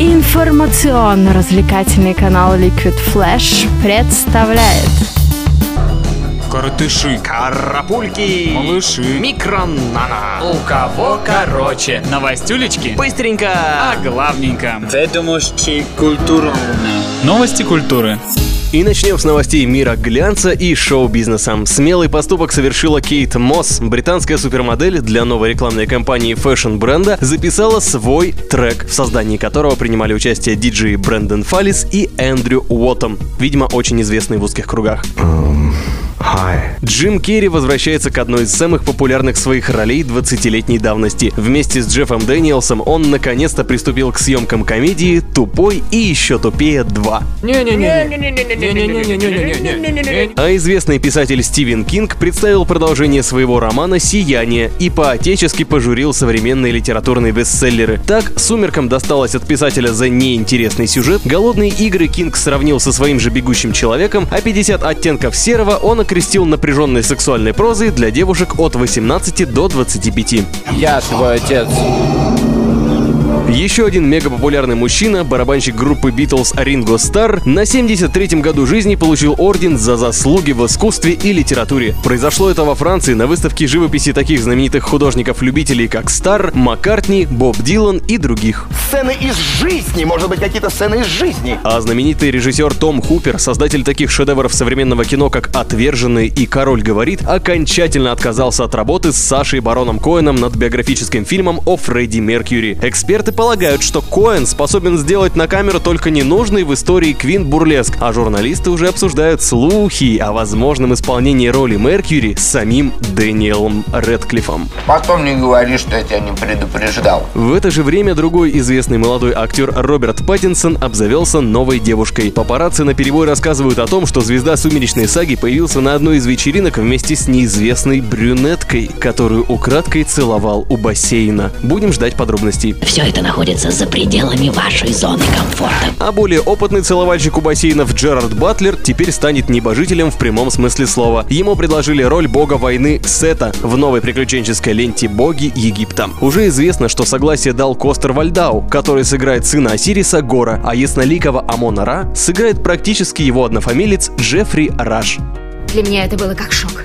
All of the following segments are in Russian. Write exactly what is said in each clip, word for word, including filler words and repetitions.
Информационно-развлекательный канал Liquid Flash представляет Коротыши, карапульки, малыши, микронана. У кого короче? Новостюлечки? Быстренько, А главненько. Ведомости культуры. Новости культуры. И начнем с новостей мира глянца и шоу-бизнеса. Смелый поступок совершила Кейт Мосс. Британская супермодель для новой рекламной кампании фэшн-бренда записала свой трек, в создании которого принимали участие диджеи Брэндон Фаллис и Эндрю Уоттом, видимо, очень известные в узких кругах. Hi. Джим Керри возвращается к одной из самых популярных своих ролей двадцатилетней давности. Вместе с Джеффом Дэниелсом он наконец-то приступил к съемкам комедии «Тупой и еще тупее два». А известный писатель Стивен Кинг представил продолжение своего романа «Сияние» и поотечески пожурил современные литературные бестселлеры. Так, «Сумеркам» досталось от писателя за неинтересный сюжет, «Голодные игры» Кинг сравнил со своим же «Бегущим человеком», а пятьдесят оттенков серого он окрестил напряженной сексуальной прозой для девушек от восемнадцати до двадцати пяти. Я твой отец. Еще один мегапопулярный мужчина, барабанщик группы Beatles Ринго Старр, на семьдесят третьем году жизни получил орден за заслуги в искусстве и литературе. Произошло это во Франции на выставке живописи таких знаменитых художников-любителей, как Старр, Маккартни, Боб Дилан и других. Сцены из жизни, может быть, какие-то сцены из жизни. А знаменитый режиссер Том Хупер, создатель таких шедевров современного кино, как «Отверженные» и «Король говорит», окончательно отказался от работы с Сашей Бароном Коэном над биографическим фильмом о Фредди Меркьюри. Эксперты полагают, что Коэн способен сделать на камеру только ненужный в истории Квин бурлеск, а журналисты уже обсуждают слухи о возможном исполнении роли Меркьюри с самим Дэниелом Рэдклиффом. Потом не говори, что я тебя не предупреждал. В это же время другой известный молодой актер Роберт Паттинсон обзавелся новой девушкой. Папарацци наперебой рассказывают о том, что звезда «Сумеречной саги» появился на одной из вечеринок вместе с неизвестной брюнеткой, которую украдкой целовал у бассейна. Будем ждать подробностей. Все это находится за пределами вашей зоны комфорта. А более опытный целовальщик у бассейнов Джерард Батлер теперь станет небожителем в прямом смысле слова. Ему предложили роль бога войны Сета в новой приключенческой ленте «Боги Египта». Уже известно, что согласие дал Костер Вальдау, который сыграет сына Осириса Гора, а ясноликого Амона-Ра сыграет практически его однофамилец Джеффри Раш. Для меня это было как шок.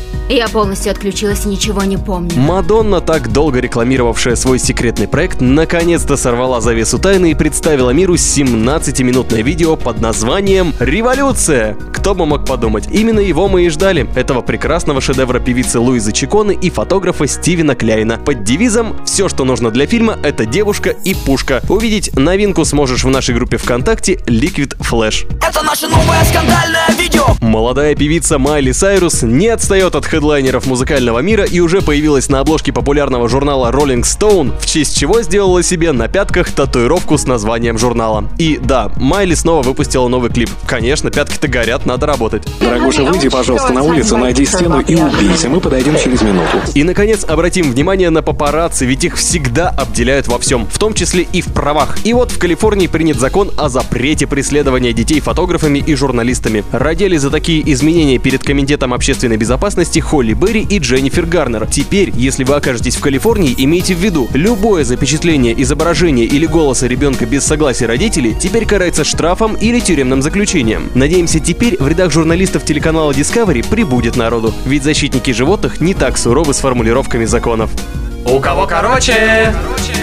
Я полностью отключилась и ничего не помню. Мадонна, так долго рекламировавшая свой секретный проект, наконец-то сорвала завесу тайны и представила миру семнадцатиминутное видео под названием «Революция». Кто бы мог подумать, именно его мы и ждали. Этого прекрасного шедевра певицы Луизы Чиконы и фотографа Стивена Кляйна. Под девизом «Все, что нужно для фильма, это девушка и пушка». Увидеть новинку сможешь в нашей группе ВКонтакте Liquid Flash. Это наше новое скандальное видео. Молодая певица Майли Сайрус не отстает от хедлайнеров музыкального мира и уже появилась на обложке популярного журнала Rolling Stone, в честь чего сделала себе на пятках татуировку с названием журнала. И да, Майли снова выпустила новый клип. Конечно, пятки-то горят, надо работать. Дорогуша, выйди, пожалуйста, на улицу, найди стену и убейся. Мы подойдем через минуту. И, наконец, обратим внимание на папарацци, ведь их всегда обделяют во всем, в том числе и в правах. И вот в Калифорнии принят закон о запрете преследования детей фотографами и журналистами. Родили за такие изменения перед Комитетом общественной безопасности Холли Берри и Дженнифер Гарнер. Теперь, если вы окажетесь в Калифорнии, имейте в виду, любое запечатление изображения или голоса ребенка без согласия родителей теперь карается штрафом или тюремным заключением. Надеемся, теперь в рядах журналистов телеканала Discovery прибудет народу, ведь защитники животных не так суровы с формулировками законов. У кого короче?